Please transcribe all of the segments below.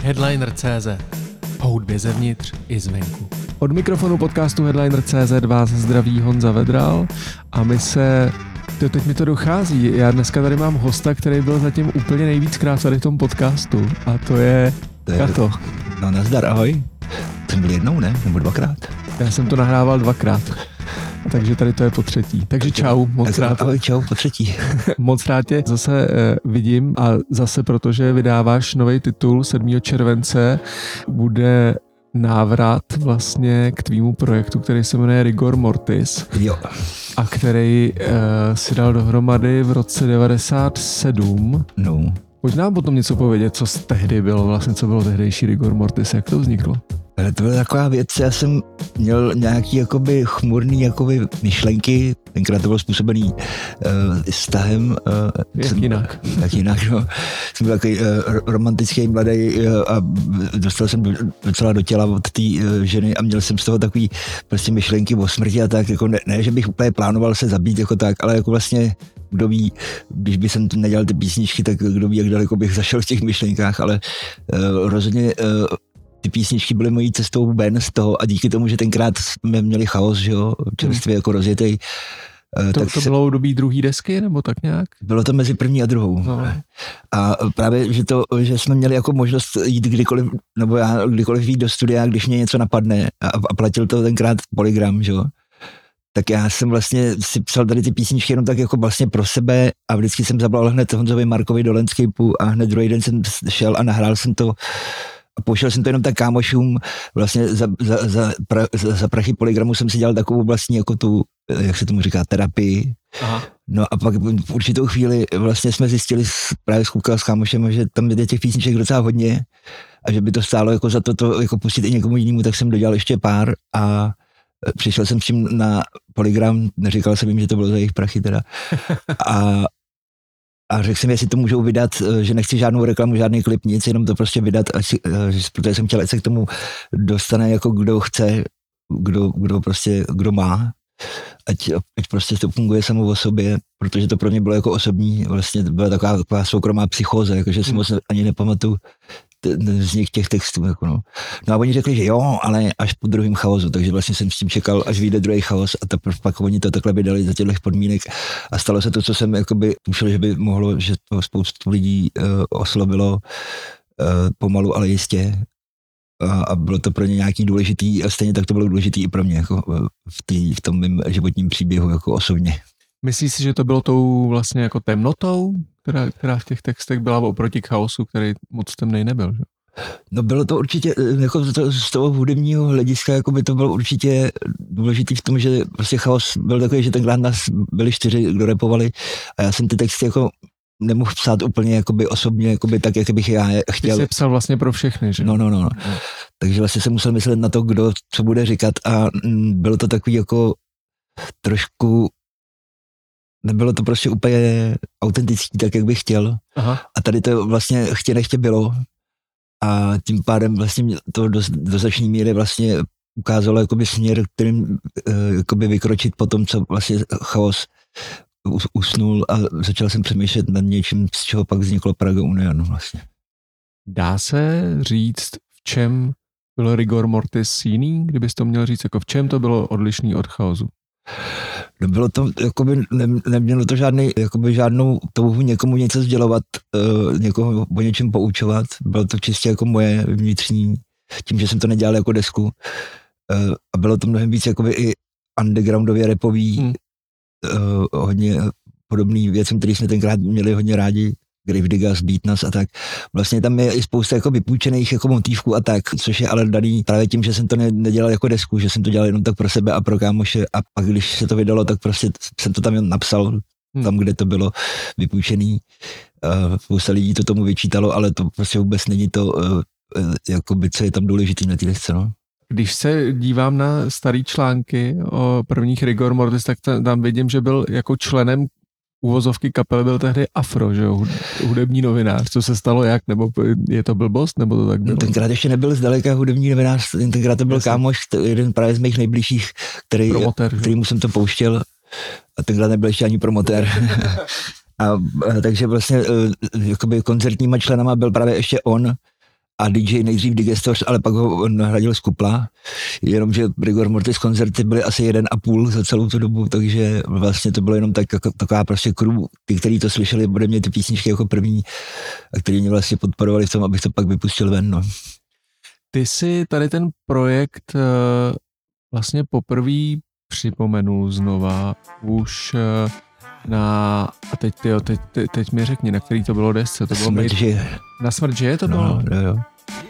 Headliner.cz. O hudbě zevnitř i zvenku. Od mikrofonu podcastu Headliner.cz vás zdraví Honza Vedral a teď mi to dochází. Já dneska tady mám hosta, který byl zatím úplně nejvíckrát tady v tom podcastu a to je Kato. No nazdar, ahoj. Jsem byl jednou, ne? Nebo dvakrát? Já jsem to nahrával dvakrát. Takže tady to je po třetí. Takže čau, moc rád. Ahoj, čau, po třetí. Moc rád tě zase vidím a zase protože vydáváš nový titul 7. července, bude návrat vlastně k tvýmu projektu, který se jmenuje Rigor Mortis. Jo. A který si dal dohromady v roce 97. No. Pojď nám potom něco povědět, co tehdy bylo, vlastně co bylo tehdejší Rigor Mortis, jak to vzniklo? Ale to byla taková věc, já jsem měl nějaký jakoby chmurný jakoby myšlenky, tenkrát to bylo způsobený vztahem. Jak jinak, no. Jsem byl takový romantický, mladý a dostal jsem docela do těla od té ženy a měl jsem z toho takový prostě myšlenky o smrti a tak, jako ne, že bych úplně plánoval se zabít jako tak, ale jako vlastně kdo ví, když bych jsem nedělal ty písničky, tak kdo ví, jak daleko bych zašel v těch myšlenkách, ale rozhodně ty písničky byly mojí cestou ven z toho a díky tomu, že tenkrát jsme měli chaos, že jo, čerstvě jako rozjetej. To bylo v době druhé desky, nebo tak nějak? Bylo to mezi první a druhou. No. A právě, že jsme měli jako možnost jít kdykoliv, nebo já kdykoliv jít do studia, když mě něco napadne a platil to tenkrát Polygram, že jo. Tak já jsem vlastně si psal tady ty písničky jenom tak jako vlastně pro sebe a vždycky jsem zablal hned Honzovi Markovi do Landscapeu a hned druhý den jsem šel a nahrál jsem to a pouštěl jsem to jenom tak kámošům, vlastně za prachy Polygramu jsem si dělal takovou vlastní jako tu, jak se tomu říká, terapii. Aha. No a pak v určitou chvíli vlastně jsme zjistili právě s kámošem, že tam je těch písniček docela hodně a že by to stálo jako za to jako pustit i někomu jinému, tak jsem dodělal ještě pár a přišel jsem s tím na Polygram, neříkal jsem jim, že to bylo za jejich prachy teda. A řekl jsem, jestli to můžou vydat, že nechci žádnou reklamu, žádný klip, nic, jenom to prostě vydat, protože jsem chtěl, ať se k tomu dostane jako kdo chce, kdo má, ať prostě to funguje samo o sobě, protože to pro mě bylo jako osobní, vlastně to byla taková soukromá psychóza, jakože si moc ani nepamatuju vznik těch textů. Jako no a oni řekli, že jo, ale až po druhém chaosu, takže vlastně jsem s tím čekal, až vyjde druhý chaos a pak oni to takhle vydali za těchto podmínek a stalo se to, co jsem jakoby tušil, že by mohlo, že to spoustu lidí oslovilo pomalu, ale jistě a bylo to pro ně nějaký důležitý a stejně tak to bylo důležitý i pro mě jako v tom mém životním příběhu jako osobně. Myslíš si, že to bylo tou vlastně jako temnotou, která v těch textech byla oproti chaosu, který moc temnej nebyl, že? No bylo to určitě, jako z toho hudebního hlediska, jako by to bylo určitě důležitý v tom, že prostě chaos byl takový, že tenkrát nás byli 4, kdo rapovali a já jsem ty texty jako nemohl psát úplně jakoby osobně, jakoby tak, jak bych já chtěl. Ty jsi psal vlastně pro všechny, že? No. Takže vlastně jsem musel myslet na to, kdo co bude říkat a bylo to takový jako trošku, nebylo to prostě úplně autentický, tak jak bych chtěl. Aha. A tady to vlastně nechtě bylo. A tím pádem vlastně to do značné míry vlastně ukázalo jakoby směr, kterým jakoby vykročit po tom, co vlastně chaos usnul a začal jsem přemýšlet nad něčím, z čeho pak vzniklo Praga Union vlastně. Dá se říct, v čem bylo Rigor Mortis jiný, kdybys to měl říct, jako v čem to bylo odlišný od chaosu? No bylo to, jakoby, nemělo to žádnou touhu někomu něco sdělovat, někoho o něčem poučovat. Bylo to čistě jako moje vnitřní, tím, že jsem to nedělal jako desku. A bylo to mnohem víc jakoby i undergroundově rapový, hodně podobný věcem, který jsme tenkrát měli hodně rádi, Gravediggas, Beatnuts a tak. Vlastně tam je i spousta jako vypůjčených jako motivků a tak, což je ale daný právě tím, že jsem to nedělal jako desku, že jsem to dělal jenom tak pro sebe a pro kámoše a pak když se to vydalo, tak prostě jsem to tam jen napsal, tam, kde to bylo vypůjčený. Spousta lidí to tomu vyčítalo, ale to prostě vůbec není to, jakoby, co je tam důležitý na té desce, no. Když se dívám na starý články o prvních Rigor Mortis, tak tam vidím, že byl jako členem uvozovky kapely byl tehdy Afro, že jo, hudební novinář. Co se stalo jak? Nebo je to blbost? Nebo to tak bylo? Tenkrát ještě nebyl zdaleka hudební novinář, tenkrát to byl kámoš, jeden právě z mých nejbližších, kterýmu jsem to pouštěl a tenkrát nebyl ještě ani promotér. A takže vlastně jakoby koncertníma členama byl právě ještě on a DJ nejdřív Digestoř, ale pak ho nahradil z Kupla, jenomže Rigor Mortis koncerty byly asi 1,5 za celou tu dobu, takže vlastně to bylo jenom taková prostě crew, ty, kteří to slyšeli ode mě ty písničky jako první a kteří mě vlastně podporovali v tom, abych to pak vypustil ven, no. Ty si tady ten projekt vlastně poprvé připomenul znova už a teď mi řekni, na který to bylo desce. To bylo Na smrt žije to bylo? No, jo.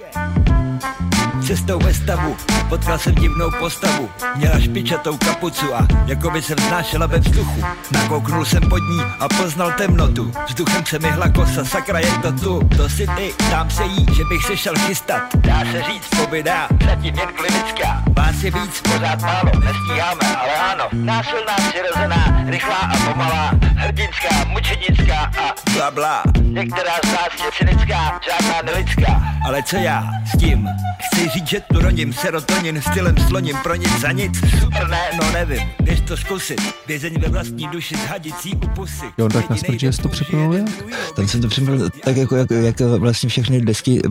Cestou ve stavu potkal jsem divnou postavu. Měla špičatou kapucu a jako by se vznášela ve vzduchu. Nakouknul jsem pod ní a poznal temnotu. Vzduchem se myhla kosa, sakra je to tu. To si ty, dám se jí, že bych se šel chystat. Dá se říct, pobyda, zatím jen klinická. Vás je víc, pořád málo, nestíháme, ale ano. Násilná, přirozená, rychlá a pomalá. Hrdinská, mučenická a bla bla. Některá z nás je cynická, žádná nelidská. Ale co já s tím? Chci říct, že tu roním serotonin stylem sloním pro nic za nic. Super, ne, no nevím, běž to zkusit. Vězení ve vlastní duši s hadicí u pusy. Jo, tak na smrt, že jsi to připravil jak? Tam jsem to připravil tak, jak vlastně všechny desky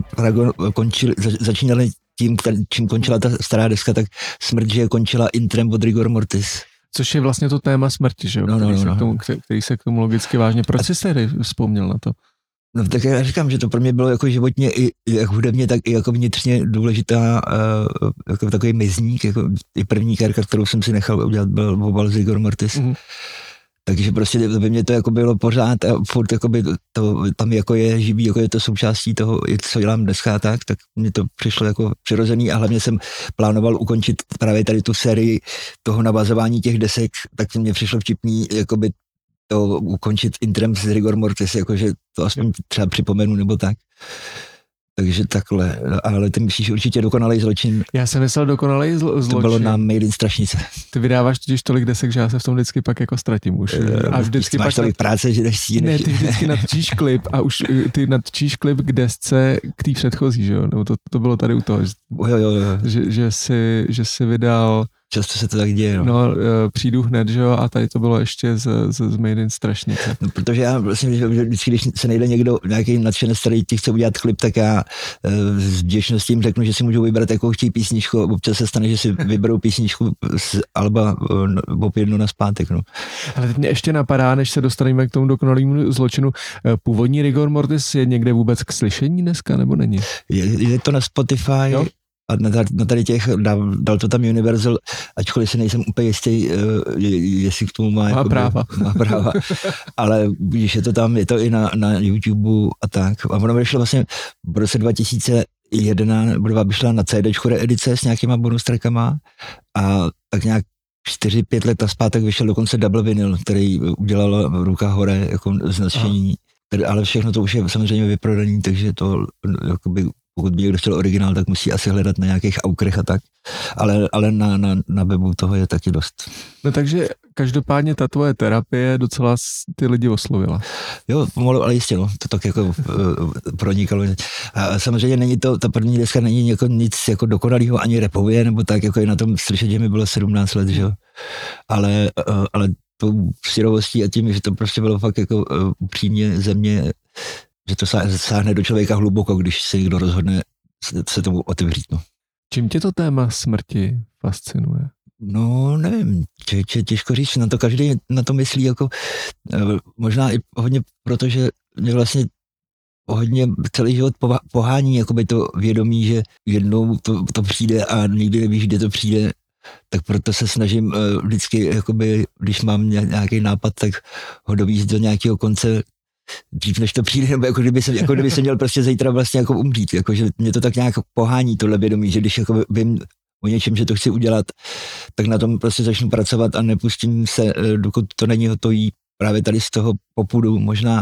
začínaly tím, čím končila ta stará deska, tak smrt, že končila intrem od Rigor Mortis. Což je vlastně to téma smrti, že jo? Který se k tomu logicky vážně. Proč jsi tady vzpomněl na to? No tak já říkám, že to pro mě bylo jako životně i jak hudebně, tak i jako vnitřně důležitá jako takový mezník, jako i první kérka, kterou jsem si nechal udělat, byl obal z Rigor Mortis. Mm-hmm. Takže prostě by mě to jako bylo pořád a furt jako by to tam jako je živý, jako je to součástí toho, co dělám dneska tak mě to přišlo jako přirozený a hlavně jsem plánoval ukončit právě tady tu sérii toho navazování těch desek, tak mně přišlo vtipný jakoby to ukončit intrem z Rigor Mortis, jakože to aspoň třeba připomenu nebo tak. Takže takhle, ale ty myslíš určitě Dokonalej zločin. Já jsem myslel Dokonalej zločin. To bylo na Made in Strašnice. Ty vydáváš totiž tolik desek, že já se v tom vždycky pak jako ztratím už. A vždycky máš tolik práce, že nechci. Ne, ty vždycky natčíš klip a už ty natčíš klip k desce, k té předchozí, že jo? Nebo to bylo tady u toho. Jo. Že jsi vydal... Často se to tak děje, no. No, přijdu hned, že jo, a tady to bylo ještě z Made in Strašnice. No, protože já vlastně, že vždycky, když se nejde někdo, nějaký nadšenec, který ti chce udělat klip, tak já s vděčností jim řeknu, že si můžou vybrat, jakou chtějí písničku. Občas se stane, že si vyberou písničku z alba opět na zpátek, no. Ale teď mě ještě napadá, než se dostaneme k tomu Dokonalému zločinu. Původní Rigor Mortis je někde vůbec k slyšení dneska, nebo není? Je to na Spotify, jo? A na tady těch, dal to tam Universal, ačkoliv si nejsem úplně jistý, jestli k tomu má práva. Má práva. Ale když je to tam, je to i na YouTube a tak. A ono vyšlo vlastně v roce 2011, vyšla na CDčku reedice s nějakýma bonus trackama a tak nějak 4-5 let zpátek vyšel dokonce double vinyl, který udělal Ruka hore jako značení. Ale všechno to už je samozřejmě vyprodaný, takže to jakoby pokud by někdo chtěl originál, tak musí asi hledat na nějakých aukrech a tak, ale na webu toho je taky dost. No takže každopádně ta tvoje terapie docela ty lidi oslovila. Jo, pomalu, ale jistě, no, to tak jako pronikalo. A samozřejmě není to, ta první deska není jako nic jako dokonalého ani rapově, nebo tak, jako je na tom slyšet, že mi bylo 17 let, že jo. Ale tou syrovostí a tím, že to prostě bylo fakt jako upřímně země, že to sáhne do člověka hluboko, když se někdo rozhodne se tomu otevřít. No. Čím tě to téma smrti fascinuje? No, nevím, těžko říct, na to každý na to myslí jako možná i hodně, protože mě vlastně hodně celý život pohání jakoby to vědomí, že jednou to přijde a nikdy nevíš, kde to přijde, tak proto se snažím vždycky, jakoby, když mám nějaký nápad, tak ho dovízt do nějakého konce dřív než to přijde, nebo jako kdyby se měl prostě zítra vlastně jako umřít, jakože mě to tak nějak pohání tohle vědomí, že když jako vím o něčem, že to chci udělat, tak na tom prostě začnu pracovat a nepustím se, dokud to není hotový právě tady z toho popudu, možná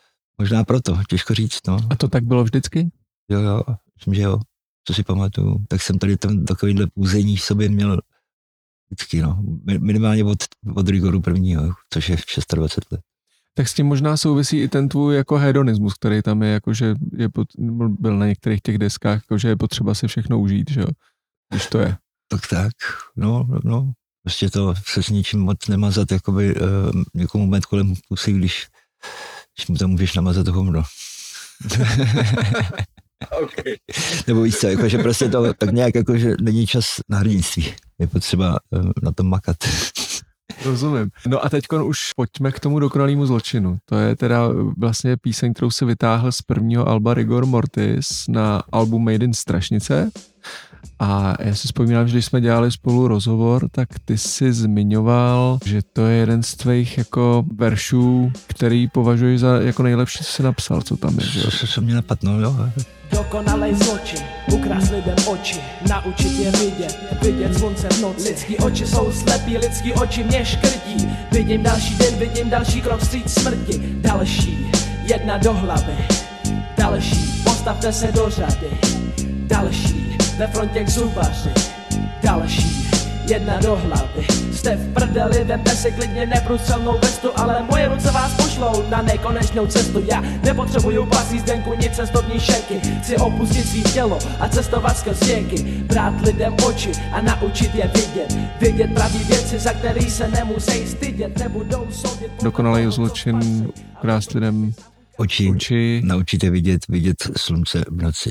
proto, těžko říct, no. A to tak bylo vždycky? Jo, myslím, že jo, co si pamatuju, tak jsem tady tam takovýhle půzení v sobě měl vždycky, no, minimálně od Rigoru prvního, což je 26 let. Tak s tím možná souvisí i ten tvůj jako hedonismus, který tam je, jakože byl na některých těch deskách, jakože je potřeba si všechno užít, že jo, když to je. Tak, no, prostě to se s ničím moc nemazat, jakoby někomu met kolem pusy, když mu tam můžeš namazat hovno. Okay. Nebo víš co, jako, že prostě to tak nějak jako, že není čas na hrdinství. Je potřeba na tom makat. Rozumím. No a teď už pojďme k tomu dokonalému zločinu. To je teda vlastně píseň, kterou se vytáhl z prvního alba Rigor Mortis na album Made in Strašnice. A já si vzpomínám, že když jsme dělali spolu rozhovor, tak ty si zmiňoval, že to je jeden z tvých jako veršů, který považuji za jako nejlepší, co jsi napsal, co tam je. Že? Co mě napadlo, jo. Dokonalej zločin, ukrást lidem oči, naučit je vidět slunce v noci. Lidský oči jsou slepí, lidský oči mě škrtí. Vidím další den, vidím další krok vstříc smrti. Další, jedna do hlavy. Další, postavte se do řady. Další, ve frontě k zubaři. Další, jedna do hlavy. Jste v prdeli, vemte si klidně neprůstřelnou vestu, ale moje ruce vás pošlou na nekonečnou cestu. Já nepotřebuju pasí zdenku, nic cestovní šeky. Chci opustit svý tělo a cestovat skrz řeky. Brát lidem oči a naučit je vidět pravý věci, za který se nemusí stydět, nebudou soudit. Dokonalý zločin, krást lidem oči. Naučit je vidět slunce v noci.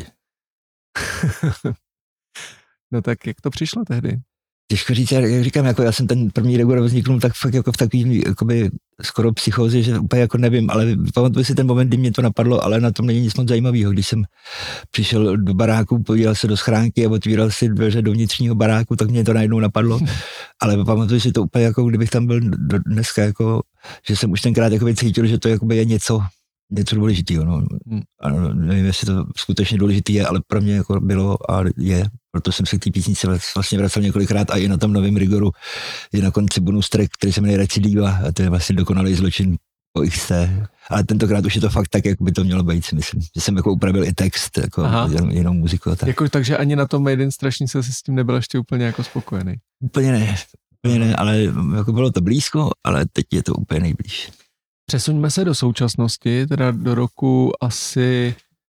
No tak jak to přišlo tehdy? Těžko říct, jak říkám, jako já jsem ten první Rigor vzniknul tak fakt jako v takový jakoby skoro psychózi, že úplně jako nevím, ale pamatuju si ten moment, kdy mě to napadlo, ale na tom není nic moc zajímavého. Když jsem přišel do baráku, podíval se do schránky a otvíral si dveře do vnitřního baráku, tak mě to najednou napadlo, ale pamatuju si to úplně jako kdybych tam byl dneska, jako, že jsem už tenkrát jako cítil, že to jakoby je něco důležitého. No. Nevím, jestli to skutečně důležité je, ale pro mě jako bylo a je. Proto jsem se k té písnici vlastně vracel několikrát a i na tom novém Rigoru je na konci bonus track, který se jmenuje Recidiva a to je vlastně dokonalý zločin po XT. Ale tentokrát už je to fakt tak, jak by to mělo být, si myslím. Že jsem jako upravil i text, jako jenom muziku a tak. Jako, takže ani na tom Made in Strašnice si s tím nebyl ještě úplně jako spokojený? Úplně ne, ale jako bylo to blízko, ale teď je to úplně nejblíž. Přesuňme se do současnosti, teda do roku asi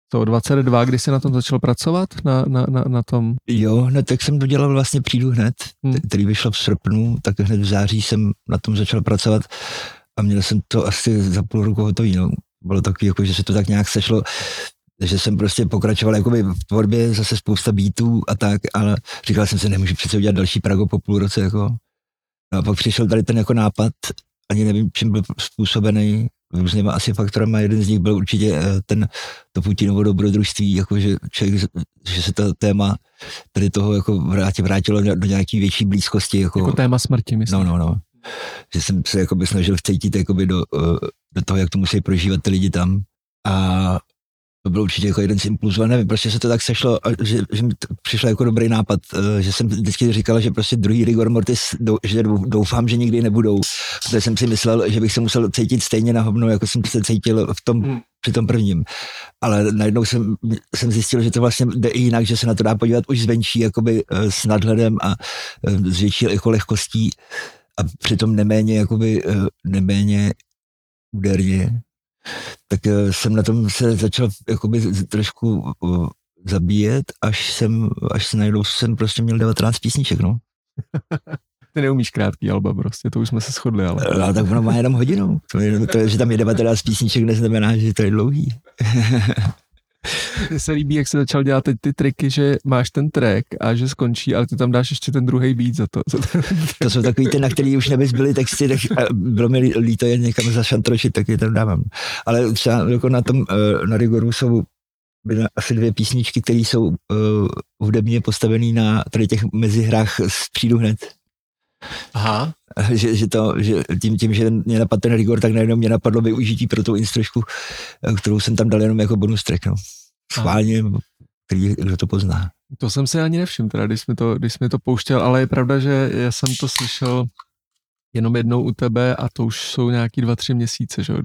22, kdy jsi na tom začal pracovat, na tom? Jo, no tak jsem to dělal vlastně Přijdu hned, který vyšlo v srpnu, tak hned v září jsem na tom začal pracovat a měl jsem to asi za půl roku hotový, no. Bylo takový, jako, že se to tak nějak sešlo, že jsem prostě pokračoval jakoby v tvorbě, zase spousta beatů a tak, ale říkal jsem si, nemůžu přece udělat další Prago po půl roce, jako. No a pak přišel tady ten jako nápad, ani nevím, čím byl způsobený, různýma asi faktorama, jeden z nich byl určitě to Putinovo dobrodružství, jako že se to téma tady toho jako vrátilo do nějaký větší blízkosti. Jako téma smrti, myslím. No. Že jsem se jakoby snažil vcítit jakoby do toho, jak to musí prožívat ty lidi tam. A to byl určitě jako jeden z impulzů, ale nevím, prostě se to tak sešlo, že mi přišel jako dobrý nápad, že jsem vždycky říkal, že prostě druhý Rigor Mortis, že doufám, že nikdy nebudou, protože jsem si myslel, že bych se musel cítit stejně na hovno, jako jsem se cítil při tom prvním. Ale najednou jsem zjistil, že to vlastně jde i jinak, že se na to dá podívat už zvenčí, jakoby s nadhledem a s větší jako lehkostí a přitom neméně úderně. Tak jsem na tom se začal jakoby trošku zabíjet, až se najednou jsem prostě měl 19 písniček, no. Ty neumíš krátký alba prostě, to už jsme se shodli, ale... Ale tak ono má jenom hodinu. To, že tam je 19 písniček, neznamená, že to je dlouhý. Mně se líbí, jak jsi začal dělat teď ty triky, že máš ten track a že skončí, ale ty tam dáš ještě ten druhý beat za to. To jsou takový ty, na který už nezbyly texty, tak bylo mi líto jen někam zašantročit, tak je tam dávám. Ale třeba jako na Rigoru jsou asi 2 písničky, které jsou hudebně postavený na tady těch mezihrách z Přijdu hned. Aha. Že tím, že mě napadl ten Rigor, tak najednou mě napadlo využití pro tu instrošku, kterou jsem tam dal jenom jako bonus track, no. Schválně, kdo to pozná. To jsem se ani nevšiml, teda, když jsi mi to pouštěl, ale je pravda, že já jsem to slyšel jenom jednou u tebe a to už jsou nějaký 2-3 měsíce, že?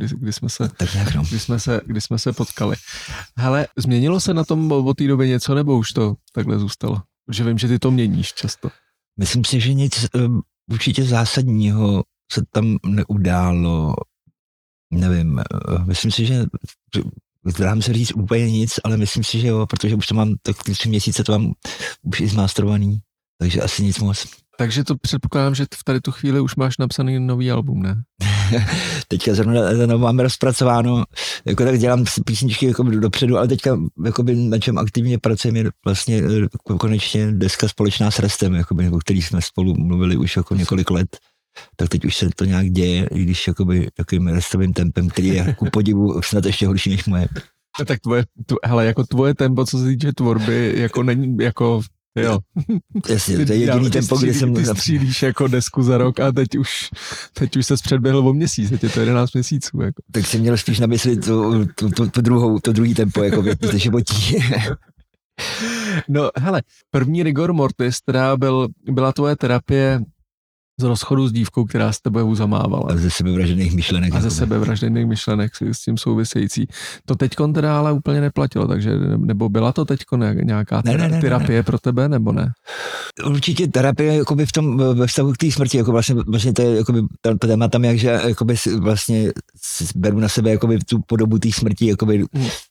Kdy jsme se potkali. Hele, změnilo se na tom od té doby něco, nebo už to takhle zůstalo? Protože vím, že ty to měníš často. Myslím si, že nic určitě zásadního se tam neudálo. Nevím, myslím si, že zdám se říct úplně nic, ale myslím si, že jo, protože už to mám tak 3 měsíce, to mám už i zmástrovaný, takže asi nic moc. Takže to předpokládám, že v tady tu chvíli už máš napsaný nový album, ne? teďka zrovna máme rozpracováno, jako tak dělám písničky jako dopředu, ale teďka jakoby, na čem aktivně pracujeme je vlastně konečně deska společná s Restem, jakoby, o který jsme spolu mluvili už jako několik let. Tak teď už se to nějak děje, i když jakoby takovým restovým tempem, který je ku podivu snad ještě horší než moje. Tak jako tvoje tempo, co se týče tvorby, jako není, jako, jo. Jasně, to je jediný tempo, kde jsem... Ty střílíš jako desku za rok a teď už ses předběhl o měsíc, teď je to 11 měsíců, jako. Tak jsem měl spíš na mysli to druhý tempo, jako v životí. No, hele, první Rigor Mortis, teda byla tvoje terapie z rozchodu s dívkou, která s tebou zamávala. A ze sebevražedných myšlenek. A ze sebevražedných myšlenek s tím související. To teďkon teda ale úplně neplatilo, takže nebo byla to teďkon nějaká terapie pro tebe, nebo ne? Určitě terapie jakoby v tom ve vztahu k té smrti, jako vlastně to je jakoby to téma tam, jak že jakoby vlastně beru na sebe jakoby tu podobu té smrti, jakoby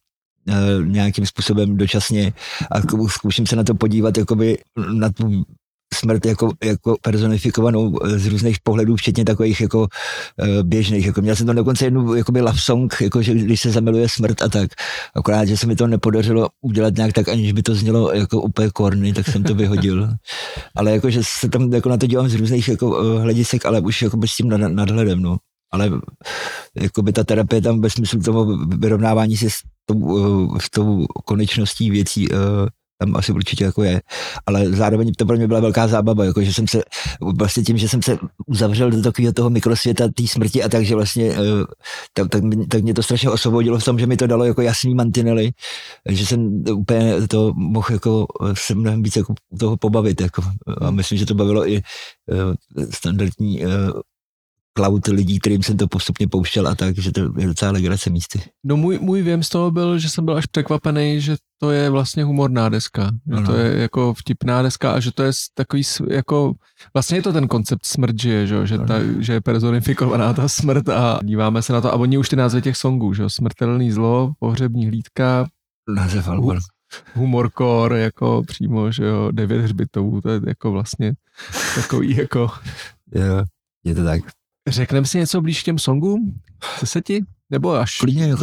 nějakým způsobem dočasně a zkouším se na to podívat jakoby na tu smrt jako personifikovanou z různých pohledů, včetně takových jako běžných. Jako měl jsem tam dokonce jednu jakoby love song, jako že když se zamiluje smrt a tak. Akorát, že se mi to nepodařilo udělat nějak tak, aniž by to znělo jako úplně korny, tak jsem to vyhodil. Ale jako, že se tam jako na to dívám z různých jako hledisek, ale už jako s tím nadhledem, no. Ale jako by ta terapie tam ve smyslu toho vyrovnávání se s tou konečností věcí tam asi určitě jako je, ale zároveň to pro mě byla velká zábava, jako že jsem se vlastně tím, že jsem se uzavřel do takového toho mikrosvěta té smrti a takže vlastně tak mě to strašně osvobodilo v tom, že mi to dalo jako jasný mantinely, že jsem úplně to mohl jako se mnohem víc jako toho pobavit, jako a myslím, že to bavilo i standardní cloud lidí, kterým jsem to postupně pouštěl a tak, že to je docela legrace místy. No můj věm z toho byl, že jsem byl až překvapený, že to je vlastně humorná deska, že to je jako vtipná deska a že to je takový jako, vlastně je to ten koncept smrt žije, že je personifikovaná ta smrt a díváme se na to a oni už ty názvy těch songů, že smrtelný zlo, pohřební hlídka, název albu. Humorcore, jako přímo, že jo, 9 hřbitovů, to je jako vlastně takový jako... Jo, je to tak. Řekneme si něco blíž k těm songům? Se ti? Nebo až? Klidně, jako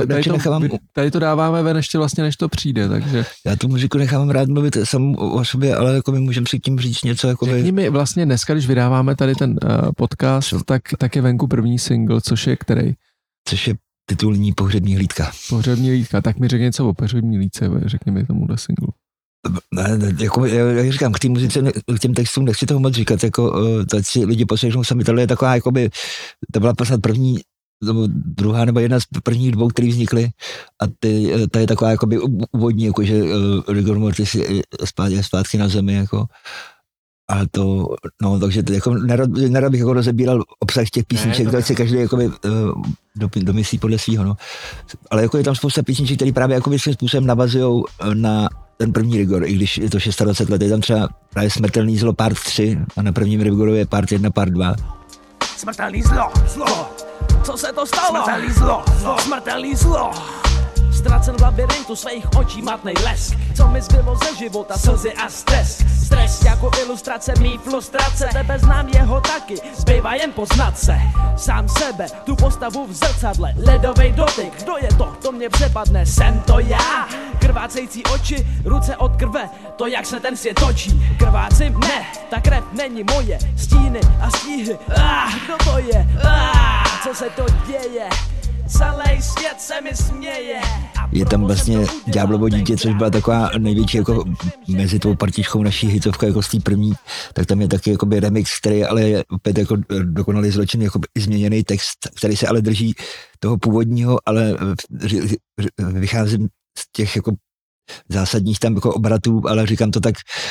tady to dáváme ven ještě vlastně, než to přijde, takže... Já tu muziku nechávám rád mluvit samou o sobě, ale jako my můžeme si k tím říct něco. Jako řekni mi vlastně dneska, když vydáváme tady ten podcast, tak je venku první single, což je který? Což je titulní Pohřební hlídka. Pohřební hlídka, tak mi řekni něco o Pohřební hlídce, řekni mi tomuhle singlu. Ne, jako, jak říkám, k té muzice, k těm textům nechci toho moc říkat, jako, to si lidi poslechnou sami, tohle je taková, jakoby, to byla snad první, druhá nebo jedna z prvních dvou, které vznikly a ta je taková, jakoby, úvodní, jako, že Rigor Mortis je zpátky na zemi, jako, a to, no, takže to, jako, nerad bych jako rozebíral obsah těch písniček, to se každý, jakoby, domyslí podle svýho, no. Ale jako je tam spousta písniček, které právě, jakoby, svým způsobem navazujou na ten první Rigor, i když je to 26 let, je tam třeba právě Smrtelný zlo part 3 a na prvním Rigoru je part 1, part 2. Smrtelný zlo, co se to stalo? Smrtelný zlo. Ztracen v labirintu svých očí matnej lesk. Co mi zbylo ze života, slzy a stres. Stres jako ilustrace mý frustrace. Tebe znám, jeho taky, zbývá jen poznat se. Sám sebe, tu postavu v zrcadle. Ledovej dotyk, kdo je to, to mě přepadne. Jsem to já, krvácející oči, ruce od krve. To jak se ten svět točí. Krvácím, ne, ta krev není moje. Stíny a stíhy, kdo to je? Co se to děje? Celý svět se mi směje. Je tam vlastně Ďáblovo dítě, což byla taková největší jako mezi tou partičkou naší hitovka jako z té první, tak tam je taky jakoby remix, který ale je opět jako dokonalý zločin, jako změněný text, který se ale drží toho původního, ale vycházím z těch jako zásadních tam jako obratů, ale říkám to tak,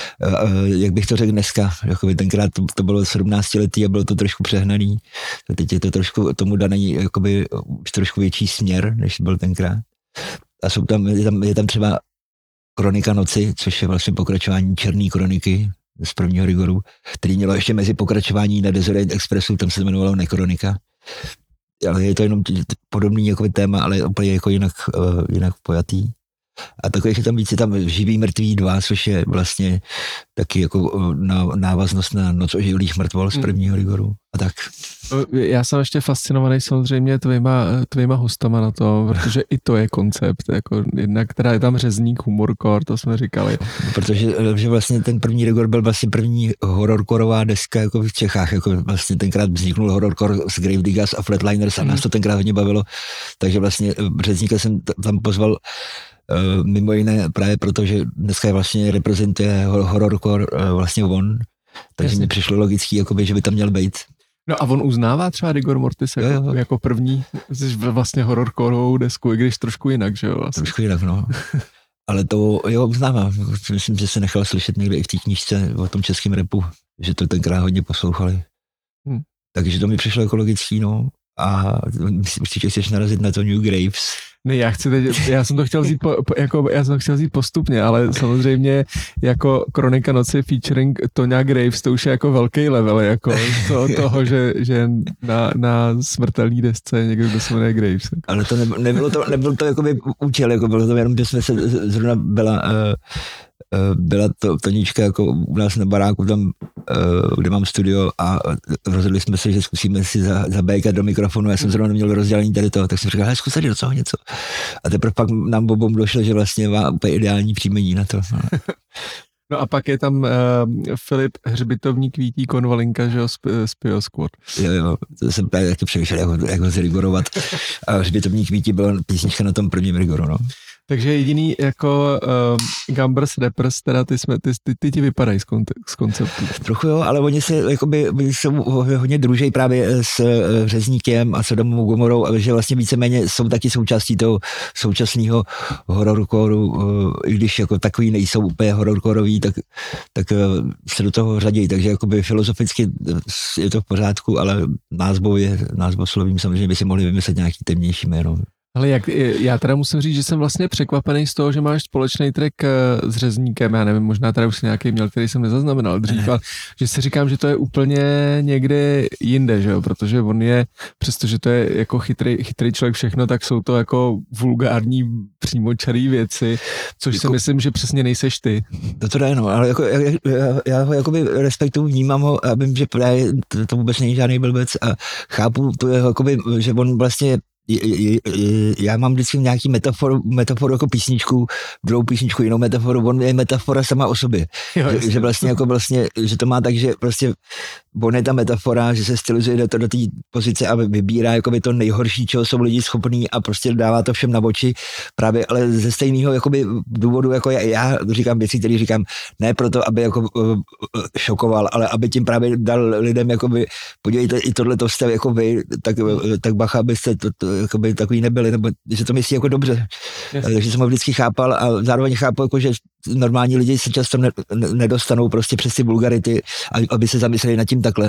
jak bych to řekl dneska, jakoby tenkrát to bylo 17 letý a bylo to trošku přehnaný, teď je to trošku tomu daný jakoby už trošku větší směr, než byl tenkrát. A je tam třeba Kronika noci, což je vlastně pokračování Černé kroniky z prvního Rigoru, který mělo ještě mezi pokračování na Deseret Expressu, tam se to jmenovalo Nekronika. Ale je to jenom podobný jako téma, ale úplně jako jinak pojatý. A takových je tam víc, je tam Živý mrtvý 2, což je vlastně taky jako návaznost na Noc oživlých mrtvol z prvního Rigoru a tak. Já jsem ještě fascinovaný samozřejmě tvýma hostama na to, protože i to je koncept, jako jednak, která je tam řezník, humorcore, to jsme říkali. Protože že vlastně ten první Rigor byl vlastně první hororkorová deska jako v Čechách, jako vlastně tenkrát vzniknul hororkor s Gravediggers a Flatliners a nás to tenkrát hodně bavilo, takže vlastně řezníka jsem tam pozval mimo jiné právě proto, že dneska vlastně reprezentuje hororcore vlastně on, takže mi přišlo logický, jakoby, že by tam měl být. No a on uznává třeba Rigor Mortis jako první vlastně hororcorovou desku, i když trošku jinak, že jo? Vlastně. Trošku jinak, no. Ale to jo, uznává. Myslím, že se nechal slyšet někde i v té knížce o tom českém rapu, že to tenkrát hodně poslouchali. Takže to mi přišlo jako logický, no. A určitě chceš narazit na to New Graves. Ne, já jsem to chtěl vzít postupně, ale samozřejmě jako Kronika noci featuring Tonya Graves, to už je jako velký level, jako toho, že na smrtelný desce někdo, kdo se jmenuje Graves. Ale to nebylo to jakoby účel, jako bylo to jenom, že jsme se zrovna byla to Tonička jako u nás na baráku tam, kde mám studio a rozhodli jsme se, že zkusíme si zabékat do mikrofonu. Já jsem zrovna měl rozdělení tady toho, tak jsem říkal, hele, zkus tady do toho něco. A teprve pak nám obou došlo, že vlastně má úplně ideální příjmení na to. No a pak je tam Filip Hřbitovník Vítí Konvalinka, že jo, z Pio Squad. Jo, to jsem právě taky přemýšlel, jak ho zrigorovat. A Hřbitovník Vítí byla písnička na tom prvním rigoru, no. Takže jediný jako Gambers Rappers, teda ty ti vypadají z konceptu. Trochu jo, ale oni jsou hodně družej právě s Řezníkem a Sodomou Gomorou, ale že vlastně víceméně jsou taky součástí toho současného hororcoru, i když jako takový nejsou úplně hororcorový, tak se do toho řadí, takže jakoby filozoficky je to v pořádku, ale názvoslovím samozřejmě by si mohli vymyslet nějaký temnější jméno. Ale já teda musím říct, že jsem vlastně překvapený z toho, že máš společný track s Řezníkem, já nevím, možná tady už nějaký měl, který jsem nezaznamenal dřív, ale že si říkám, že to je úplně někde jinde, že jo, protože on je, přestože to je jako chytrý člověk všechno, tak jsou to jako vulgární přímočarý věci, což jako, si myslím, že přesně nejseš ty. To jde, no, ale jako, já ho jakoby respektuju, vnímám ho a vím, že právě to vůbec není žádný blbec a chápu to je jakoby, že on vlastně já mám vždycky nějaký metaforu jako písničku, druhou písničku, jinou metaforu, on je metafora sama o sobě. Že vlastně jako že to má tak, že prostě on je ta metafora, že se stylizuje do té pozice a vybírá jakoby to nejhorší, čeho jsou lidi schopní a prostě dává to všem na oči. Právě, ale ze stejného jakoby důvodu, jako já říkám věci, které říkám ne proto, aby jako šokoval, ale aby tím právě dal lidem jakoby, podívejte, i tohleto jste jako vy, tak bacha, abyste to jakoby takový nebyli, nebo že to myslí jako dobře. Takže jsem ho vždycky chápal a zároveň chápu, jako, že normální lidi se často nedostanou prostě přes ty vulgarity, aby se zamysleli nad tím takhle.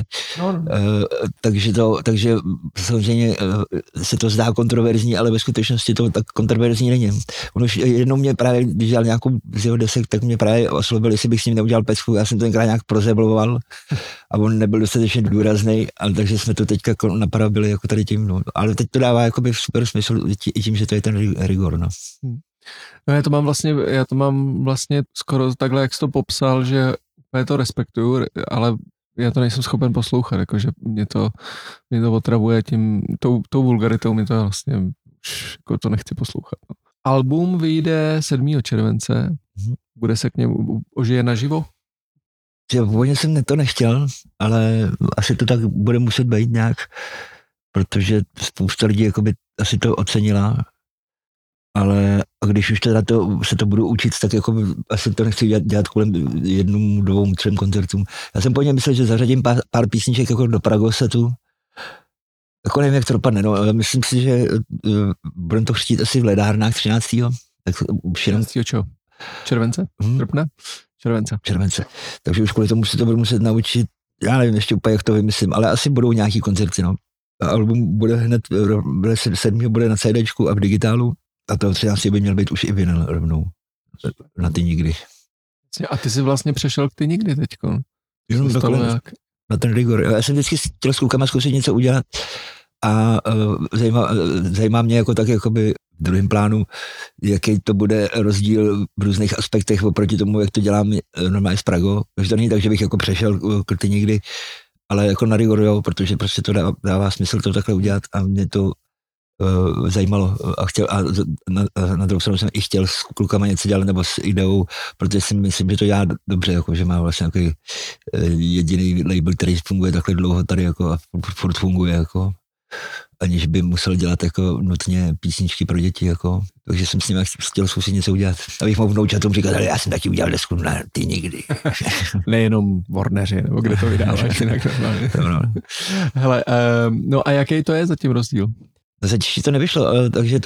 Takže samozřejmě se to zdá kontroverzní, ale ve skutečnosti to tak kontroverzní není. On už jednou mě právě, když dělal nějakou z jeho desek, tak mě právě oslovil, jestli bych s ním neudělal pecku. Já jsem to tenkrát nějak prozebloval a on nebyl dostatečně důrazný, takže jsme to teďka napravili jako tady tím. No. Ale teď to dává jakoby super smysl i tím, že to je ten rigor. No. No já to mám vlastně skoro takhle, jak jsi to popsal, že já to respektuju, ale já to nejsem schopen poslouchat, jakože mě to otravuje tou vulgaritou, mě to vlastně už jako to nechci poslouchat. No. Album vyjde 7. července, bude se k němu ožije naživo? Původně jsem to nechtěl, ale asi to tak bude muset být nějak, protože spousta lidí jakoby asi to ocenila, ale a když už teda se to budu učit, tak jako asi to nechci dělat kolem 1, 2, 3 koncertům. Já jsem po něm myslel, že zařadím pár písniček jako do Pragosetu. Jako nevím, jak to dopadne, no, ale myslím si, že budeme to chtít asi v Ledárnách 13. Tak už jenom... 13. čeho? Července? Srpna? Července. Takže už kvůli tomu si to budu muset naučit. Já nevím ještě úplně, jak to vymyslím, ale asi budou nějaký koncerty, no. Album bude hned, 7. bude na CDčku a v digitálu. A to 13. by měl být už i vinyl rovnou. Na Ty nikdy. A ty jsi vlastně přešel k Ty nikdy teďko? Na ten rigor. Já jsem vždycky chtěl s klukama zkusit něco udělat a zajímá mě jako tak jakoby v druhém plánu, jaký to bude rozdíl v různých aspektech oproti tomu, jak to dělám normálně s Prago. Takže to není tak, že bych jako přešel Krty nikdy, ale jako na rigor, jo, protože prostě to dává smysl to takhle udělat a mě to zajímalo a na druhou stranu jsem i chtěl s klukama něco dělat nebo s ideou, protože si myslím, že to dělá dobře, jako, že má vlastně takový jediný label, který funguje takhle dlouho tady jako, a furt funguje, jako, aniž by musel dělat jako nutně písničky pro děti. Jako. Takže jsem s nimi chtěl zkusit něco udělat. Abych mohl vnoučatům říkat, ale já jsem taky udělal desku na ty nikdy. Nejenom Warneri, nebo kde to vydáváš jinak normálně. Hele, no a jaký to je zatím rozdíl? Zatím to nevyšlo, takže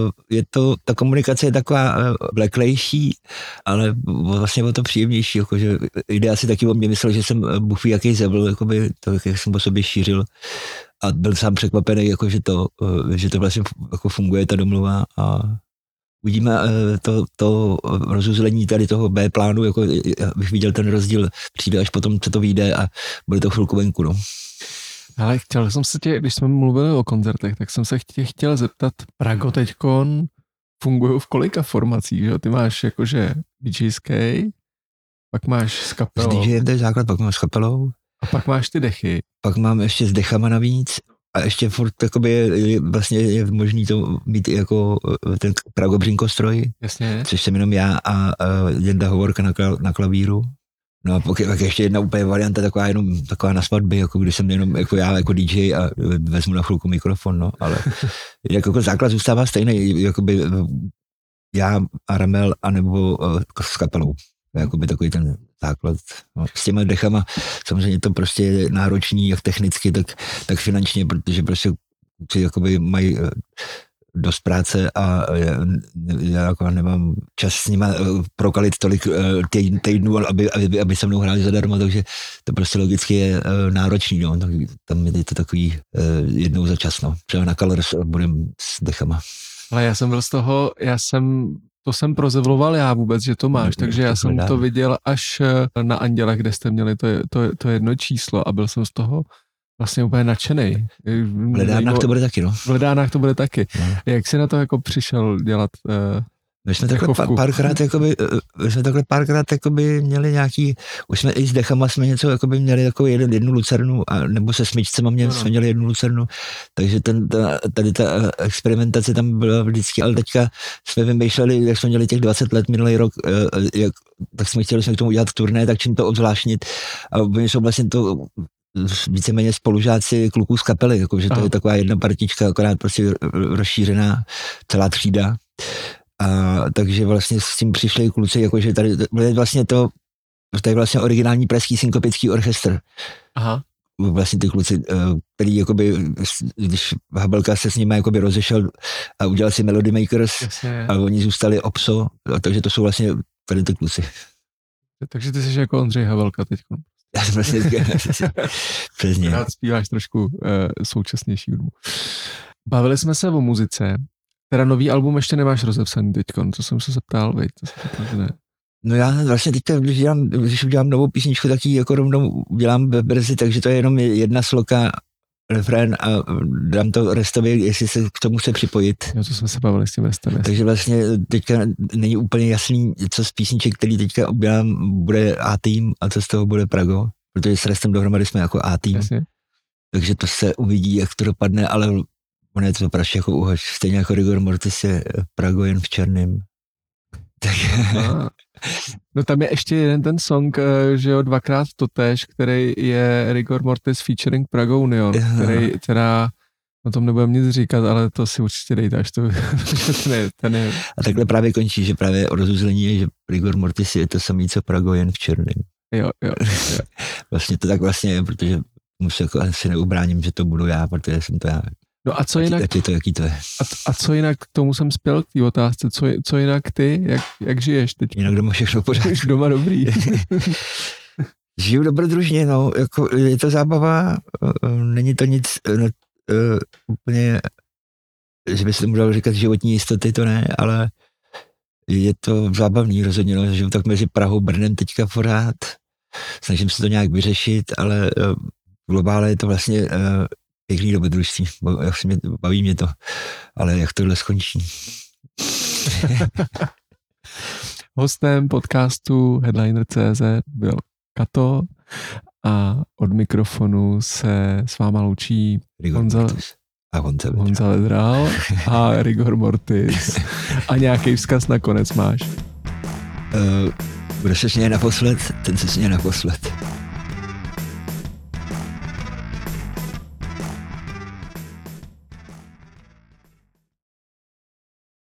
ta komunikace je taková vleklejší, ale vlastně bylo to příjemnější, jako, že jde asi taky o mě myslel, že jsem bůh ví jaký zebl, jakoby, to, jak jsem po sobě šířil a byl sám překvapený, jako, že to vlastně jako funguje ta domluva a uvidíme to rozuzlení tady toho B plánu, jako bych viděl ten rozdíl, přijde až potom, co to vyjde a bude to chvilku venku, no. Ale chtěl jsem se tě, když jsme mluvili o koncertech, tak jsem se chtěl zeptat, Prago teďkon fungují v kolika formacích, že? Ty máš jakože DJský, pak máš s kapelou. S DJem to je základ, pak mám s kapelou. A pak máš ty dechy. Pak mám ještě s dechama navíc a ještě furt vlastně je možný to mít jako ten Prago břinkostroj, jasně. Což jsem jenom já a Jenda Hovorka na klavíru. No a pak ještě jedna úplně varianta, taková na svatby, jako když jsem jenom jako já jako DJ a vezmu na chvilku mikrofon, no, ale jako základ zůstává stejný, jakoby já a Ramel, anebo s kapelou. Jakoby takový ten základ. No. S těma dechama samozřejmě to prostě je náročný, jak technicky, tak finančně, protože prostě jakoby mají dost práce a já jako nemám čas s nima prokalit tolik týdnů, aby se mnou hráli zadarmo, takže to prostě logicky je náročný, no. Tam je to takový jednou za čas, no. Třeba na Colors budem s dechama. Ale já jsem byl z toho, to jsem prozevloval já vůbec, že to máš, takže já jsem to viděl až na Andělech, kde jste měli to jedno číslo a byl jsem z toho vlastně úplně nadšenej. V Ledárnách to bude taky, no. V Ledárnách to bude taky. No. Jak jsi na to jako přišel dělat My jsme takhle párkrát měli nějaký, už jsme i s dechama jsme něco jakoby měli jako jednu lucernu, nebo se smyčcema jsme měli jednu lucernu, takže tady ta experimentace tam byla vždycky, ale teďka jsme vymýšleli, jak jsme měli těch 20 let minulý rok, tak jsme chtěli k tomu udělat turné, tak čím to obzvláštnit a oni jsou vlastně to víceméně spolužáci kluků z kapely, jakože to je taková jedna partička, akorát prostě rozšířená celá třída. A takže vlastně s tím přišli kluci, jakože tady vlastně to je vlastně originální pražský synkopický orchestr. Aha. Vlastně ty kluci, který jakoby, když Habelka se s nimi jakoby rozešel a udělal si Melody Makers, a oni zůstali OPSO, takže to jsou vlastně tady ty kluci. Takže ty jsi jako Ondřej Habelka teďko. Já jsem vlastně přesně. Rád zpíváš trošku současnější hudbu. Bavili jsme se o muzice. Teda nový album ještě nemáš rozepsaný teďkon, to jsem se zeptal, veď, to jsem říkal, že ne. No já vlastně teďka, když udělám novou písničku, tak ji jako rovnou udělám brzy, takže to je jenom jedna sloka, refrén a dám to Restovi, jestli se k tomu chce připojit. Jo, to jsme se bavili s tím Restem. Takže vlastně teďka není úplně jasný, co z písniček, který teďka udělám, bude A-tým a co z toho bude Prago, protože s Restem dohromady jsme jako A-tým. Jasně. Takže to se uvidí, jak to dopadne, ale ono je to praště jako uhoď. Stejně jako Rigor Mortis je Prago jen v černém. Tak... No tam je ještě jeden ten song, že jo, dvakrát totéž, který je Rigor Mortis featuring Prago Union, který teda, o tom nebudem nic říkat, ale to si určitě dejte, až to ten je. A takhle právě končí, že právě rozuzlení je, že Rigor Mortis je to samý, co Prago jen v černém. Jo. Vlastně to tak vlastně je, protože musím jako asi neubráním, že to budu já, protože jsem to já. No a co jinak? Jaký to je? A co jinak, k tomu jsem spěl k té otázce, co jinak ty, jak žiješ teď? Jinak doma všechno pořád. Doma dobrý. Žiju dobrodružně, no, jako je to zábava, není to nic úplně, že by se tomu dalo říkat životní jistoty, to ne, ale je to zábavný rozhodně, no, žiju tak mezi Prahou a Brnem teďka pořád, snažím se to nějak vyřešit, ale globálně je to vlastně pěkný dobrodružství, baví mě to, ale jak tohle skončí. Hostem podcastu Headliner.cz byl Kato a od mikrofonu se s váma loučí Honza Vedral a Rigor Mortis. A nějaký vzkaz nakonec máš? Kdo se směje naposled, ten se směje naposled.